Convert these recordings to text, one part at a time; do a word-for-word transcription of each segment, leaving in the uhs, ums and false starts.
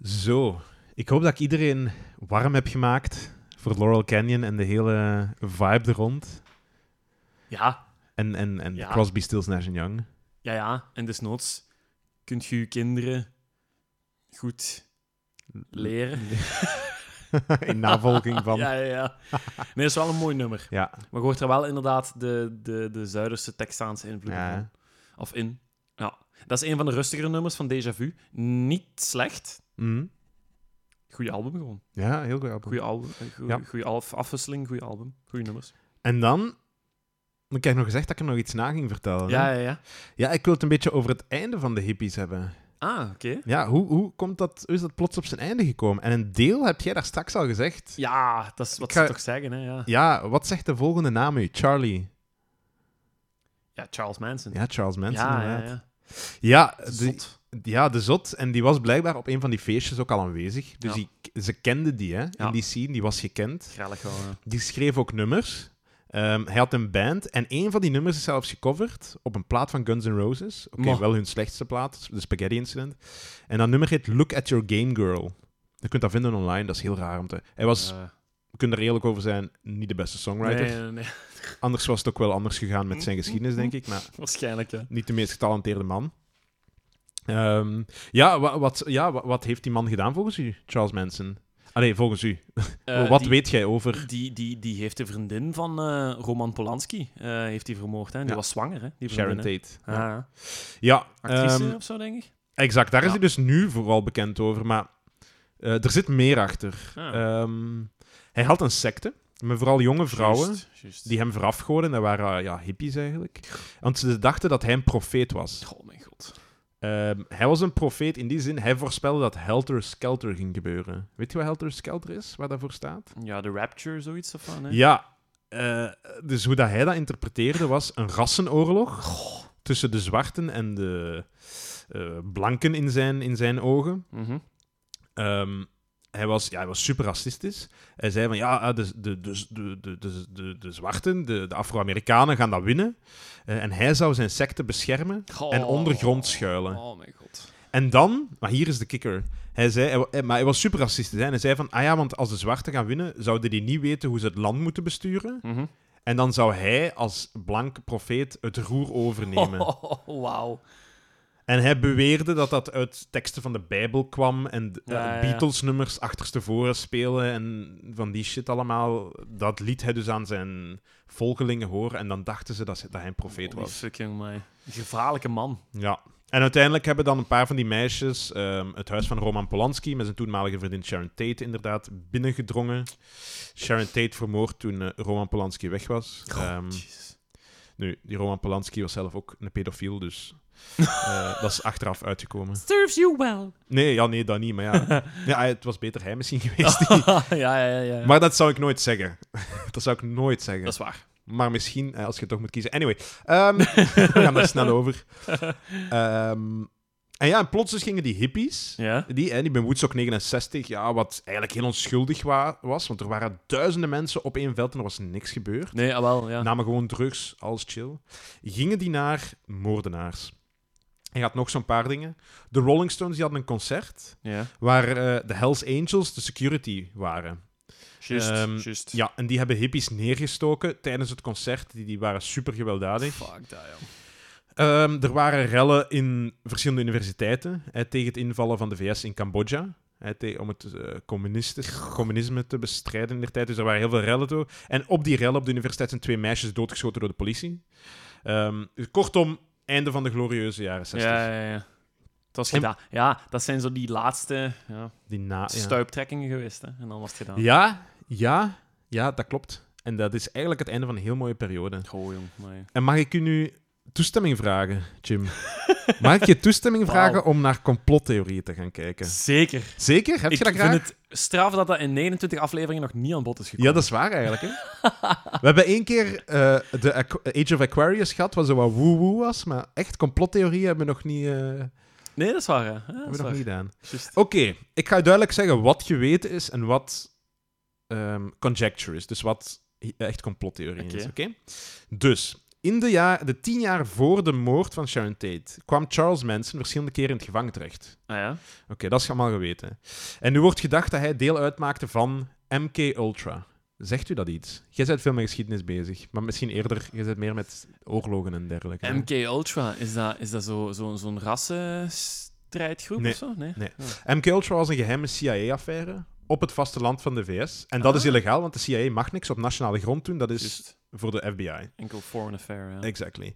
Zo, ik hoop dat ik iedereen warm heb gemaakt voor Laurel Canyon en de hele vibe er rond. Ja. En, en, en Ja. Crosby, Stills, Nash en Young. Ja, ja. En desnoods kunt je je kinderen goed leren. In navolging van... Ja, ja, ja. Nee, dat is wel een mooi nummer. Ja. Maar je hoort er wel inderdaad de, de, de Zuiderse Texaanse invloeden Ja. van. Of in. Ja. Dat is een van de rustigere nummers van Déjà Vu. Niet slecht. Mhm. Goeie album gewoon. Ja, heel goed album. Goeie album. eh, Goeie, Ja. goeie af- afwisseling, goeie album. Goeie nummers. En dan... Ik heb nog gezegd dat ik er nog iets na ging vertellen. hè? Ja, ja, ja. Ja, ik wil het een beetje over het einde van de hippies hebben. Ah, oké. Ja, hoe, hoe, komt dat, hoe is dat plots op zijn einde gekomen? En een deel heb jij daar straks al gezegd. Ja, dat is wat Ik ga- ze toch zeggen, hè. Ja, Ja, wat zegt de volgende naam u? Charlie. ja Charles Manson. Ja, Charles Manson. ja, ja, inderdaad. ja. Ja, de, Zot. ja, de zot. En die was blijkbaar op een van die feestjes ook al aanwezig. Dus Ja. die, ze kende die, hè, Ja. in die scene. Die was gekend. Gralig wel, ja. Die schreef ook nummers. Ehm, hij had een band. En een van die nummers is zelfs gecoverd op een plaat van Guns N' Roses. Oké, Mo. wel hun slechtste plaat, de Spaghetti Incident. En dat nummer heet Look at Your Game Girl. Je kunt dat vinden online, dat is heel raar om te... Hij was, Eh, we kunnen er eerlijk over zijn, niet de beste songwriter. nee, nee, nee. Anders was het ook wel anders gegaan met zijn geschiedenis, denk ik. Maar Waarschijnlijk, ja. niet de meest getalenteerde man. Ehm, ja, wa- wat, ja wa- wat heeft die man gedaan volgens u, Charles Manson? Allee, volgens u. Eh, wat die, weet jij over... Die, die, die heeft de vriendin van eh, Roman Polanski eh, heeft hij vermoord. Hè? Die Ja. was zwanger, hè? Die Sharon vriendin, Tate. hè. Ja, Ah, ja actrice ehm, of zo, denk ik. exact. Daar is Ja. hij dus nu vooral bekend over. Maar eh, er zit meer achter. Ah. Ehm, hij had een secte met vooral jonge vrouwen Juist, juist. die hem verafgoden. Dat waren uh, ja, hippies eigenlijk. Want ze dachten dat hij een profeet was. Oh, mijn god. Ehm, hij was een profeet in die zin, hij voorspelde dat Helter Skelter ging gebeuren. Weet je wat Helter Skelter is, waar dat voor staat? Ja, de Rapture, zoiets of van, hè? Ja, eh, dus hoe dat hij dat interpreteerde was een rassenoorlog tussen de zwarten en de eh, blanken in zijn, in zijn ogen. Mhm. Ehm, hij, was, ja, hij was super racistisch. Hij zei van ja, de, de, de, de, de, de, de, de zwarten, de, de Afro-Amerikanen gaan dat winnen. Eh, en hij zou zijn secte beschermen en Oh. ondergrond schuilen. Oh, mijn god. En dan, maar hier is de kikker. Hij zei, hij, wa- maar hij was super racistisch. Hè? En hij zei van, ah ja, want als de zwarten gaan winnen, zouden die niet weten hoe ze het land moeten besturen. Mhm. En dan zou hij als blanke profeet het roer overnemen. Oh, wauw. En hij beweerde dat dat uit teksten van de Bijbel kwam en de- Ja, eh, ja, ja. Beatles-nummers achterstevoren spelen en van die shit allemaal. Dat liet hij dus aan zijn volgelingen horen en dan dachten ze dat, ze- dat hij een profeet Holy was. fucking my. Een gevaarlijke man. Ja. En uiteindelijk hebben dan een paar van die meisjes ehm, het huis van Roman Polanski met zijn toenmalige vriendin Sharon Tate inderdaad binnengedrongen. Sharon Tate vermoord toen eh, Roman Polanski weg was. Ehm, Jezus. nu, die Roman Polanski was zelf ook een pedofiel, dus eh, dat is achteraf uitgekomen. Serves you well. Nee, ja, nee, dat niet, maar ja. ja het was beter hij misschien geweest. die- ja, ja, ja, ja. Maar dat zou ik nooit zeggen. dat zou ik nooit zeggen. Dat is waar. Maar misschien, eh, als je toch moet kiezen. Anyway, ehm, we gaan daar snel over. Ehm, en ja, en plots dus gingen die hippies, Ja? die, hè, die bij Woodstock negenenzestig, ja, wat eigenlijk heel onschuldig wa- was, want er waren duizenden mensen op één veld en er was niks gebeurd. Nee, ah, wel, ja. Namen gewoon drugs, alles chill. Gingen die naar moordenaars. Hij had nog zo'n paar dingen. De Rolling Stones die hadden een concert Ja. waar eh, de Hells Angels de security waren. Juist, Ehm, juist. Ja, en die hebben hippies neergestoken tijdens het concert. Die, die waren super gewelddadig. Fuck dat, joh. Ehm, er waren rellen in verschillende universiteiten hè, tegen het invallen van de V S in Cambodja. Hè, te- om het eh, communistisch- communisme te bestrijden in der tijd. Dus er waren heel veel rellen toe. En op die rellen op de universiteit zijn twee meisjes doodgeschoten door de politie. Ehm, kortom, einde van de glorieuze jaren zestig. Ja, ja, ja. Het was En- gedaan. Ja, dat zijn zo die laatste ja, Die na, ja. stuiptrekkingen geweest, hè. En dan was het gedaan. Ja, ja, ja, dat klopt. En dat is eigenlijk het einde van een heel mooie periode. Goh, jong. Maar, ja. En mag ik u nu toestemming vragen, Jim? Mag ik je toestemming Wauw. vragen om naar complottheorieën te gaan kijken? Zeker. Zeker? Heb je Ik dat graag? vind het straf dat dat in negenentwintig afleveringen nog niet aan bod is gekomen. Ja, dat is waar eigenlijk. Hè? We hebben één keer eh, de Aqu- Age of Aquarius gehad, wat zo wat woe-woe was, maar echt complottheorieën hebben we nog niet, eh, hebben Nee, dat is waar, ja. Ja, dat we is nog waar. niet gedaan. Juist. Oké, ik ga je duidelijk zeggen wat geweten is en wat ehm, conjecture is. Dus wat hi- echt complottheorie is. Oké. Oké? Dus, in de, jaar, de tien jaar voor de moord van Sharon Tate kwam Charles Manson verschillende keren in het gevangen terecht. Ah ja? Oké, okay, dat is allemaal geweten. En nu wordt gedacht dat hij deel uitmaakte van M K Ultra. Zegt u dat iets? Jij bent veel met geschiedenis bezig, maar misschien eerder, je bent meer met oorlogen en dergelijke. M K Ultra, is dat, is dat zo, zo, zo'n rassenstrijdgroep Nee, of zo? Nee. nee. Oh. M K Ultra was een geheime C I A-affaire op het vasteland van de V S. En dat Ah. is illegaal, want de C I A mag niks op nationale grond doen. Dat is Just voor de F B I. enkel foreign affair, ja. Exactly.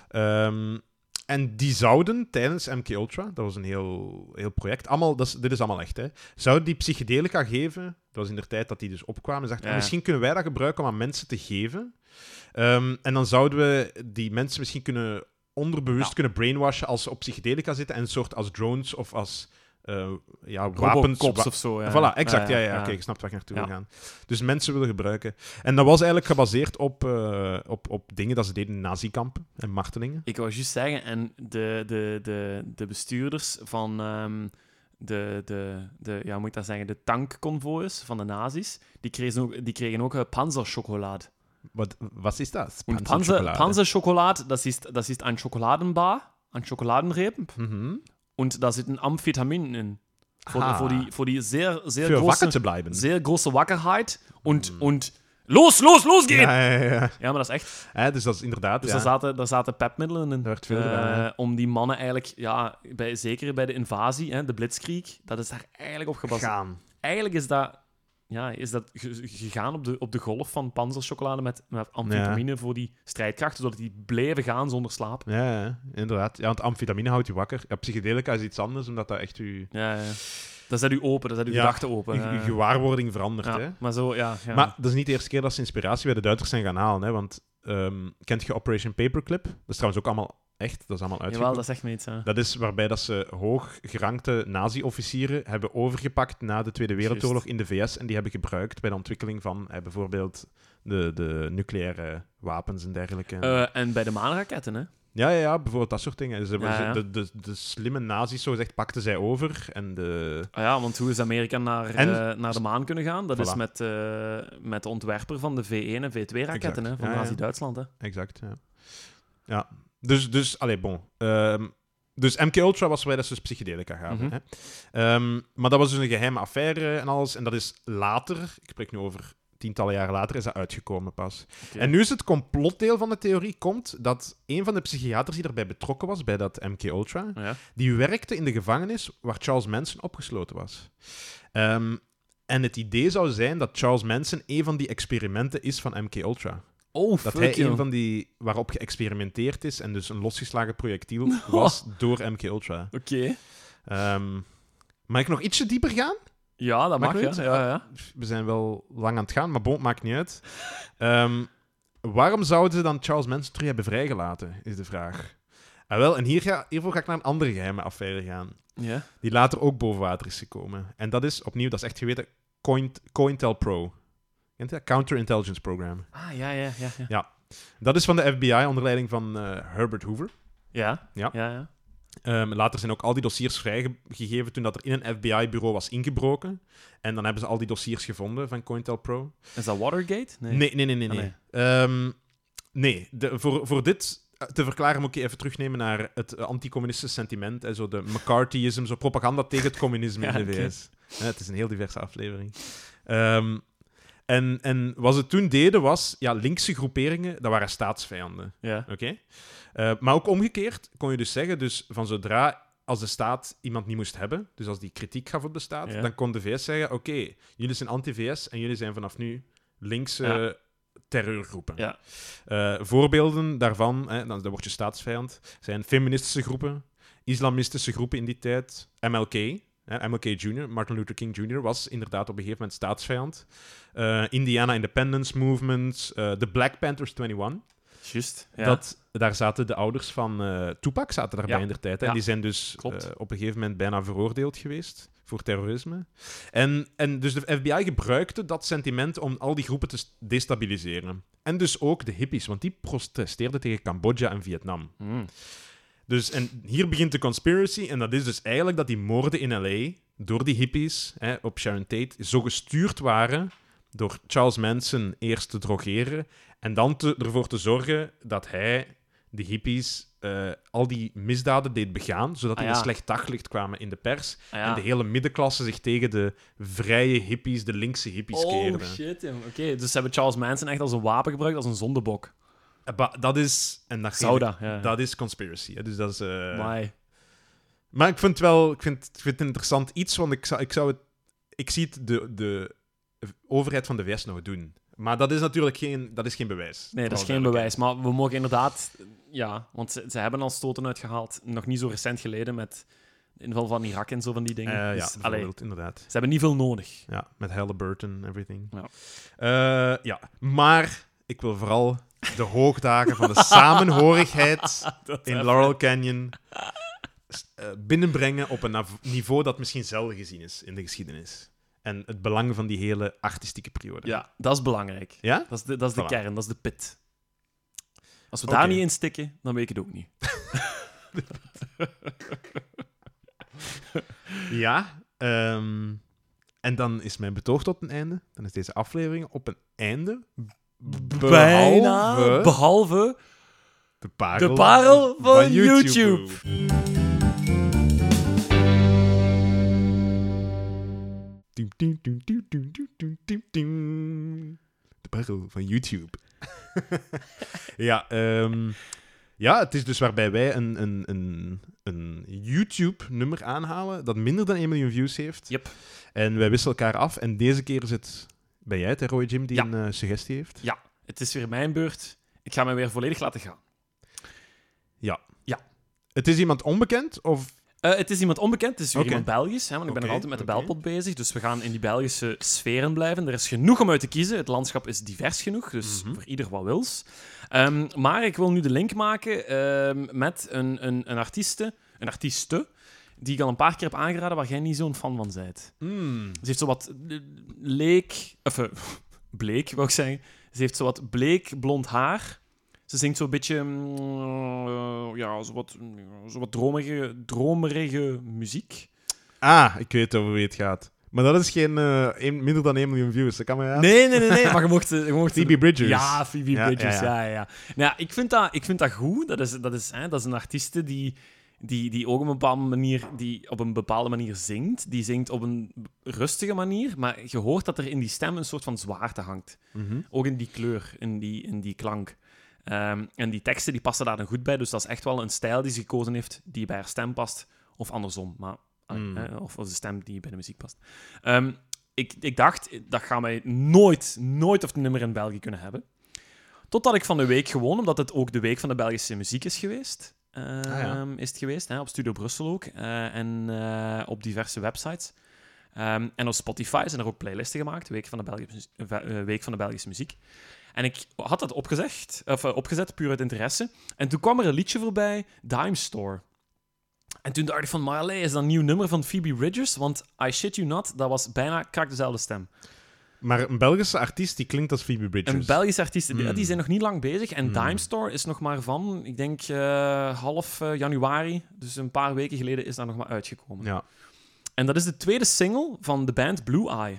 Um, en die zouden tijdens M K Ultra, dat was een heel, heel project, allemaal, dat is, dit is allemaal echt, hè, zouden die psychedelica geven. Dat was in de tijd dat die dus opkwamen. En dachten, Ja. ah, misschien kunnen wij dat gebruiken om aan mensen te geven. Um, en dan zouden we die mensen misschien kunnen onderbewust Ja. kunnen brainwashen als ze op psychedelica zitten en een soort als drones of als uh, ja, wapens... Robocops wa- of zo, ja. Voilà, exact. Ja, ja, ja. Oké, ik snap waar ik naartoe Ja. wil gaan. Dus mensen willen gebruiken. En dat was eigenlijk gebaseerd op, uh, op, op dingen dat ze deden in nazi-kampen en martelingen. Ik wou juist zeggen, en de, de, de, de bestuurders van um, de, de, de, ja, hoe moet ik dat zeggen, de tankconvois van de nazi's, die kregen ook, die kregen ook uh, Panzerchokolade. Wat, was is dat? Und Panzer, Panzerschokolade. Panzerschokolade, das ist, das ist ein Schokoladenbar, ein Schokoladenrepen, Mhm. und da zitten Amphetamin in. Voor, Aha. voor, die, voor die sehr, sehr Für wacker große, te blijven. sehr große Wackerheit und, und los, los, los gehen! Ja, ja, ja. Ja, maar dat is echt. Ja, dus dat is inderdaad... Dus ja. daar, zaten, daar zaten pepmiddelen in. Daar werd veel eh, gedaan, ja. om die mannen eigenlijk, ja, bij, zeker bij de invasie, hè, de Blitzkrieg, dat is daar eigenlijk op gebaseerd. Gaan. Eigenlijk is dat, ja, is dat ge- gegaan op de, op de golf van panzerchocolade met, met amfetamine voor die strijdkrachten, zodat die bleven gaan zonder slaap. Ja, ja, inderdaad. Ja, want amfetamine houdt je wakker. Ja, psychedelica is iets anders, omdat dat echt je, Ja, ja. Dat zet u open, dat zet uw Ja, gedachten open. je, eh. je gewaarwording verandert. ja, Hè? maar zo, ja. ja. Maar dat is niet de eerste keer dat ze inspiratie bij de Duitsers zijn gaan halen. Hè? Want um, kent je Operation Paperclip? Dat is trouwens ook allemaal echt. Dat is allemaal Jawel, uitgekomen. dat zegt me iets. Ja. Dat is waarbij dat ze hooggerankte nazi-officieren hebben overgepakt na de Tweede Wereldoorlog in de V S en die hebben gebruikt bij de ontwikkeling van eh, bijvoorbeeld de, de nucleaire wapens en dergelijke. Eh, en bij de maanraketten, hè? Ja, ja, ja, bijvoorbeeld dat soort dingen. Ze, Ja, ja. De, de, de slimme nazi's, zo gezegd, pakten zij over en de... Ah ja, want hoe is Amerika naar, En- eh, naar de maan kunnen gaan? Dat is Voilà. met, eh, met de ontwerper van de V één en V twee raketten, Exact. hè, van Ja, ja. Nazi-Duitsland. Hè. Exact, ja. Ja, dus, dus allee, bon. Ehm, dus M K Ultra was waar dat ze dus psychedelica gaven. Mhm. Hè? Ehm, maar dat was dus een geheime affaire en alles. En dat is later, ik spreek nu over tientallen jaren later, is dat uitgekomen pas. Oké. En nu is het complotdeel van de theorie komt dat een van de psychiaters die erbij betrokken was, bij dat M K Ultra, Ja. die werkte in de gevangenis waar Charles Manson opgesloten was. Ehm, en het idee zou zijn dat Charles Manson een van die experimenten is van M K Ultra. Oh, Dat fuck, hij joh. een van die waarop geëxperimenteerd is en dus een losgeslagen projectiel was door M K Ultra. Oké. Ehm, mag ik nog ietsje dieper gaan? Ja, dat Mag mag, ik ja. niet? ja, ja. We zijn wel lang aan het gaan, maar bon, maakt niet uit. Ehm, waarom zouden ze dan Charles Manson terug hebben vrijgelaten, is de vraag. Ah, wel, en hier ga, hiervoor ga ik naar een andere geheime affaire gaan, Ja. die later ook boven water is gekomen. En dat is, opnieuw, dat is echt geweten, Coin, COINTELPRO. Kent je dat? Counterintelligence Program. Ah, ja, ja, ja. Ja, Ja. Dat is van de F B I onder leiding van uh, Herbert Hoover. ja. Ja. ja, ja. Um, later zijn ook al die dossiers vrijgegeven toen dat er in een F B I-bureau was ingebroken. En dan hebben ze al die dossiers gevonden van COINTELPRO. Is dat Watergate? Nee, nee, nee, nee. Ah, nee, Ehm, nee de, voor, voor dit te verklaren moet ik even terugnemen naar het anticommunistische sentiment. Hè, zo de McCarthyism, zo propaganda tegen het communisme Ja, in de oké. V S. Hè, het is een heel diverse aflevering. Um, en, en wat ze toen deden was, ja, linkse groeperingen, dat waren staatsvijanden. Ja. Oké? Uh, maar ook omgekeerd kon je dus zeggen, dus van zodra als de staat iemand niet moest hebben, dus als die kritiek gaf op de staat, Ja. dan kon de V S zeggen, oké, okay, jullie zijn anti-V S en jullie zijn vanaf nu linkse Ja. terreurgroepen. Ja. Uh, voorbeelden daarvan, hè, dan, dan word je staatsvijand, zijn feministische groepen, islamistische groepen in die tijd, M L K... Hè, M L K junior, Martin Luther King junior, was inderdaad op een gegeven moment staatsvijand. Uh, Indiana Independence Movement, uh, de Black Panthers eenentwintig. Juist. Ja. Dat, daar zaten de ouders van uh, Tupac zaten daarbij Ja. in der tijd. Hè, Ja. en die zijn dus uh, Klopt. op een gegeven moment bijna veroordeeld geweest voor terrorisme. En, en dus de F B I gebruikte dat sentiment om al die groepen te st- destabiliseren. En dus ook de hippies, want die protesteerden tegen Cambodja en Vietnam. Mm. Dus, en hier begint de conspiracy, en dat is dus eigenlijk dat die moorden in L A door die hippies hè, op Sharon Tate zo gestuurd waren door Charles Manson eerst te drogeren En dan te, ervoor te zorgen dat hij, de hippies, uh, al die misdaden deed begaan, zodat die ah, ja. in slecht daglicht kwamen in de pers. Ah, ja. En de hele middenklasse zich tegen de vrije hippies, de linkse hippies oh, keerde. Oh shit, Oké, okay, dus ze hebben Charles Manson echt als een wapen gebruikt, als een zondebok. Uh, dat is... En dat Zou ik, dat, ja. Dat is conspiracy. Hè? Dus dat is... Uh... My. Maar ik vind het wel... Ik vind, ik vind het interessant iets, want ik zou, ik zou het... Ik zie het de, de overheid van de V S nog doen. Maar dat is natuurlijk geen, dat is geen bewijs. Nee, dat is geen bewijs. Maar we mogen inderdaad... Ja, want ze, ze hebben al stoten uitgehaald. Nog niet zo recent geleden met de inval van Irak en zo van die dingen. Uh, dus, ja, bijvoorbeeld, allee, inderdaad. Ze hebben niet veel nodig. Ja, met Halliburton en everything. Ja. Uh, ja, maar ik wil vooral de hoogdagen van de samenhorigheid in Laurel Canyon uh, binnenbrengen op een niveau dat misschien zelden gezien is in de geschiedenis. En het belang van die hele artistieke periode. Ja, dat is belangrijk. Ja? Dat is de, dat is de voilà. kern, dat is de pit. Als we okay. daar niet in stikken, dan weet ik het ook niet. ja, um, en dan is mijn betoog tot een einde. Dan is deze aflevering op een einde. Behalve... Bijna, behalve... De parel, de parel van, van YouTube. YouTube. De parel van YouTube. ja, um, ja, het is dus waarbij wij een, een, een, een YouTube-nummer aanhalen dat minder dan één miljoen views heeft. Yep. En wij wisselen elkaar af. En deze keer is het... Ben jij het, hè, Roy Jim, die ja. een uh, suggestie heeft? Ja, het is weer mijn beurt. Ik ga me weer volledig laten gaan. Ja. Ja. Het is iemand onbekend, of... Uh, het is iemand onbekend, het is weer okay. iemand Belgisch, hè, want ik ben okay, nog altijd met de okay. belpot bezig, dus we gaan in die Belgische sferen blijven. Er is genoeg om uit te kiezen, het landschap is divers genoeg, dus mm-hmm. voor ieder wat wils. Um, maar ik wil nu de link maken um, met een, een, een artieste, een artieste, die ik al een paar keer heb aangeraden, waar jij niet zo'n fan van bent. Mm. Ze heeft zo wat leek, of uh, bleek, wou ik zeggen. Ze heeft zo wat bleek blond haar. Ze zingt zo'n beetje uh, ja, zo wat, zo wat dromerige, dromerige muziek. Ah, ik weet over wie het gaat. Maar dat is geen uh, een, minder dan één miljoen views. Dat kan maar ja. Nee, nee, nee, nee. Maar je mocht... Je mocht Phoebe Bridgers. Ja, Phoebe ja, Bridgers. Ja, ja. ja. ja, ja. Nou, ja ik, vind dat, ik vind dat goed. Dat is, dat is, hè, dat is een artieste die, die, die ook op een bepaalde manier, die op een bepaalde manier zingt. Die zingt op een rustige manier. Maar je hoort dat er in die stem een soort van zwaarte hangt. Mm-hmm. Ook in die kleur, in die, in die klank. Um, en die teksten die passen daar dan goed bij. Dus dat is echt wel een stijl die ze gekozen heeft die bij haar stem past. Of andersom. Maar, mm. uh, of, of de stem die bij de muziek past. Um, ik, ik dacht, dat gaan wij nooit, nooit of een nummer in België kunnen hebben. Totdat ik van de week gewoon, omdat het ook de week van de Belgische muziek is geweest. Um, ah, ja. Is het geweest, hè, op Studio Brussel ook. Uh, en uh, op diverse websites. Um, en op Spotify zijn er ook playlisten gemaakt. Week van de Belgische, uh, week van de Belgische muziek. En ik had dat opgezegd, of, uh, opgezet, puur uit interesse. En toen kwam er een liedje voorbij, Dime Store. En toen dacht ik van, maar allee, is dat een nieuw nummer van Phoebe Bridgers? Want I shit you not, dat was bijna krak dezelfde stem. Maar een Belgische artiest die klinkt als Phoebe Bridgers. Een Belgische artiest, mm. die, die zijn nog niet lang bezig. En Mm. Dime Store is nog maar van, ik denk, uh, half uh, januari. Dus een paar weken geleden is dat nog maar uitgekomen. Ja. En dat is de tweede single van de band Blue Eye.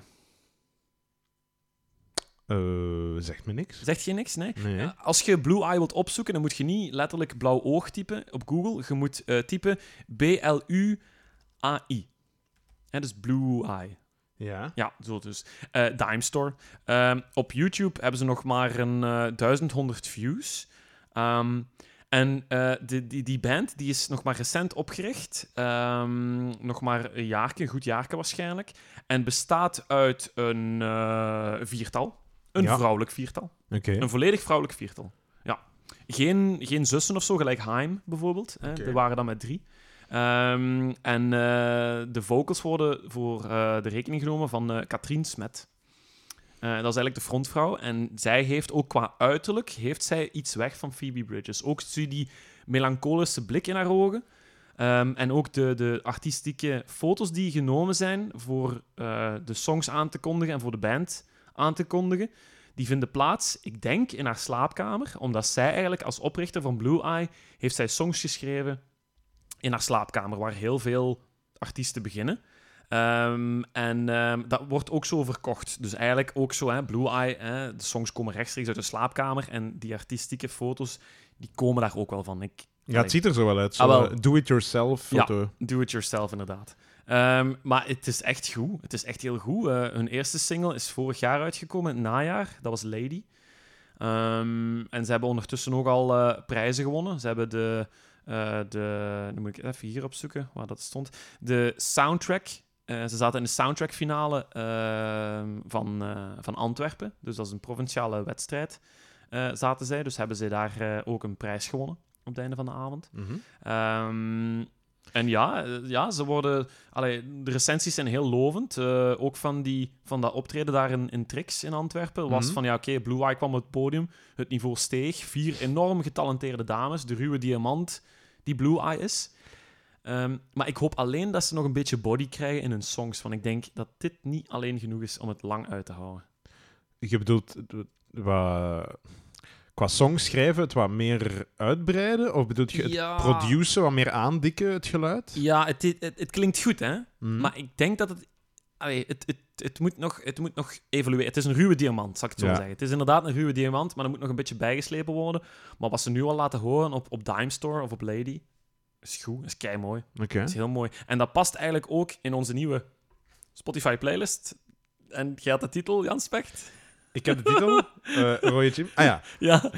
Uh, zegt me niks. Zegt je niks? Nee? nee. Uh, als je Blue Eye wilt opzoeken, dan moet je niet letterlijk blauw oog typen op Google. Je moet uh, typen B L U A I. Hè, dus Blue Eye. Ja. Ja, zo dus. Uh, Dime Store. Uh, op YouTube hebben ze nog maar een uh, duizend honderd views. Um, en uh, die, die, die band die is nog maar recent opgericht. Um, nog maar een jaarke, een goed jaarke waarschijnlijk. En bestaat uit een uh, viertal. Een ja. vrouwelijk viertal. Okay. Een volledig vrouwelijk viertal. Ja. Geen, geen zussen of zo, gelijk Haim bijvoorbeeld. Hè. Okay. Er waren dan met drie. Um, en uh, de vocals worden voor uh, de rekening genomen van uh, Katrien Smet. Uh, dat is eigenlijk de frontvrouw. En zij heeft ook qua uiterlijk heeft zij iets weg van Phoebe Bridgers. Ook zie je die melancholische blik in haar ogen. Um, en ook de, de artistieke foto's die genomen zijn voor uh, de songs aan te kondigen en voor de band aan te kondigen, die vinden plaats, ik denk, in haar slaapkamer. Omdat zij eigenlijk als oprichter van Blue Eye heeft zij songs geschreven in haar slaapkamer, waar heel veel artiesten beginnen. Um, en um, dat wordt ook zo verkocht. Dus eigenlijk ook zo, hè, Blue Eye, hè, de songs komen rechtstreeks uit de slaapkamer en die artistieke foto's, die komen daar ook wel van. Ik, ja, het ziet er zo wel uit. Zo, ah, wel. Do-it-yourself foto. Ja, do-it-yourself inderdaad. Um, maar het is echt goed. Het is echt heel goed. Uh, hun eerste single is vorig jaar uitgekomen, in het najaar. Dat was Lady. Um, en ze hebben ondertussen ook al uh, prijzen gewonnen. Ze hebben de... Uh, de nu moet ik even hier opzoeken waar dat stond. De soundtrack. Uh, ze zaten in de soundtrackfinale uh, van, uh, van Antwerpen. Dus dat is een provinciale wedstrijd. Uh, zaten zij. Dus hebben zij daar uh, ook een prijs gewonnen op het einde van de avond. Mm-hmm. Um, en ja, ja, ze worden... Allee, de recensies zijn heel lovend. Uh, ook van, die, van dat optreden daar in, in Trix in Antwerpen. Was Mm-hmm. van, ja, oké, okay, Blue Eye kwam op het podium. Het niveau steeg. Vier enorm getalenteerde dames. De ruwe diamant die Blue Eye is. Um, maar ik hoop alleen dat ze nog een beetje body krijgen in hun songs. Want ik denk dat dit niet alleen genoeg is om het lang uit te houden. Je bedoelt... Wat... Qua songs schrijven, het wat meer uitbreiden? Of bedoel je het ja. produceren, wat meer aandikken, het geluid? Ja, het, het, het, het klinkt goed, hè? Mm. Maar ik denk dat het... Allee, het, het, het, moet nog, het moet nog evolueren. Het is een ruwe diamant, zal ik het zo ja. zeggen. Het is inderdaad een ruwe diamant, maar dat moet nog een beetje bijgeslepen worden. Maar wat ze nu al laten horen op, op Dime Store of op Lady, is goed, is keimooi. Okay. Is heel mooi. En dat past eigenlijk ook in onze nieuwe Spotify-playlist. En jij had de titel, Jan Specht? Ik heb de titel, uh, Rode Jim. Ah ja. Ja.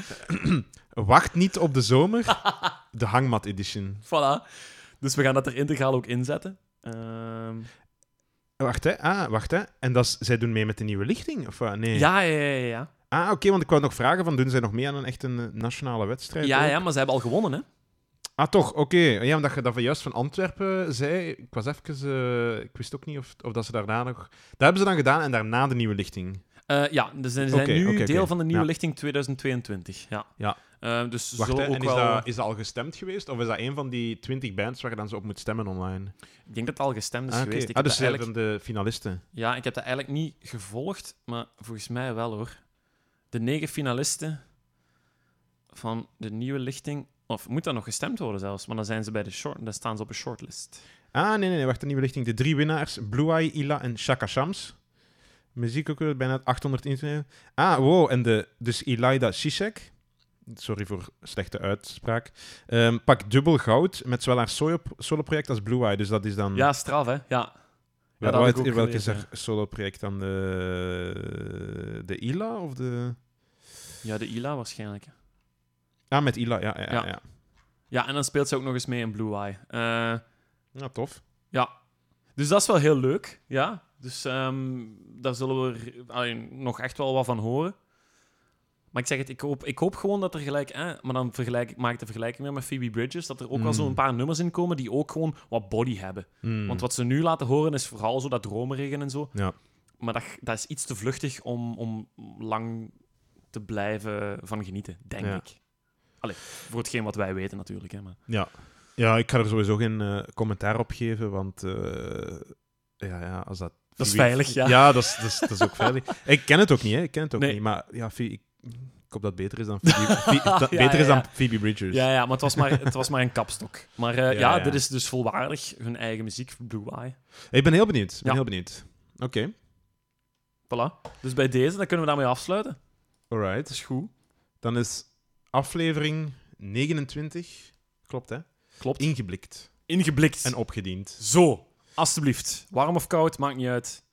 Wacht niet op de zomer, de Hangmat Edition. Voilà. Dus we gaan dat er integraal ook inzetten. Um... Wacht, hè. Ah, wacht, hè. En dat is, zij doen mee met de nieuwe lichting? Of wat? Nee. Ja, ja, ja, ja. Ah, oké, okay, want ik wou nog vragen, van, doen zij nog mee aan een echt een nationale wedstrijd? Ja, ook? ja, maar ze hebben al gewonnen, hè. Ah, toch? Oké. Okay. Ja, omdat je dat van juist van Antwerpen zei. Ik was even... Uh, ik wist ook niet of, of dat ze daarna nog... Dat hebben ze dan gedaan en daarna de nieuwe lichting. Uh, ja, dus ze zijn okay, nu okay, deel okay. van de nieuwe ja. lichting twintig tweeëntwintig. Ja. ja. Uh, dus Wacht, zo hè, ook en is, wel... dat, is dat al gestemd geweest? Of is dat een van die twintig bands waar je dan zo op moet stemmen online? Ik denk dat het al gestemd is ah, geweest. Okay. Ik ah, heb dus dat eigenlijk... van de finalisten? Ja, ik heb dat eigenlijk niet gevolgd, maar volgens mij wel, hoor. De negen finalisten van de nieuwe lichting... Of moet dat nog gestemd worden zelfs? Maar dan, zijn ze bij de short, dan staan ze op een shortlist. Ah, nee, nee, nee. Wacht, de nieuwe lichting. De drie winnaars. Blue Eye, Ila en Chaka Shams. Muziek ook weer bijna achthonderd internet. Ah, wow. En de, dus Ilaida Zizek. Sorry voor slechte uitspraak. Um, pak dubbel goud met zowel haar solo- solo-project als Blue Eye. Dus dat is dan... Ja, straf, hè? Ja. ja Wel, dat uit, ik ook welke gelezen, is haar solo-project dan? De, de Ila of de... Ja, de Ila waarschijnlijk. Ah, met Ila, ja. Ja, ja. ja. ja en dan speelt ze ook nog eens mee in Blue Eye. Uh, ja, tof. Ja. Dus dat is wel heel leuk, ja. Dus um, daar zullen we allee, nog echt wel wat van horen. Maar ik zeg het, ik hoop, ik hoop gewoon dat er gelijk... Eh, maar dan vergelijk, maak ik de vergelijking weer met Phoebe Bridgers, dat er ook mm. wel zo'n paar nummers in komen die ook gewoon wat body hebben. Mm. Want wat ze nu laten horen is vooral zo dat dromerige en zo. Ja. Maar dat, dat is iets te vluchtig om, om lang te blijven van genieten, denk ja. ik. Allee, voor hetgeen wat wij weten natuurlijk. Hè, maar... Ja. ja, ik ga er sowieso geen uh, commentaar op geven, want uh, ja, ja, als dat... Dat is veilig, ja. Ja, dat is, dat is, dat is ook veilig. Ik ken het ook niet, hè. Ik ken het ook nee. niet, maar ja, ik, ik hoop dat het beter is dan Phoebe, Phoebe, dat ja, beter ja, is dan ja. Phoebe Bridgers. Ja, ja, maar het was maar, het was maar een kapstok. Maar uh, ja, ja, ja, dit is dus volwaardig hun eigen muziek, Blue Eye. Ik ben heel benieuwd. Ik ben ja. heel benieuwd. Oké. Okay. Voilà. Dus bij deze, dan kunnen we daarmee afsluiten. Alright. Dat is goed. Dan is aflevering negenentwintig, klopt hè? Klopt. Ingeblikt. Ingeblikt. En opgediend. Zo, alstublieft. Warm of koud, maakt niet uit.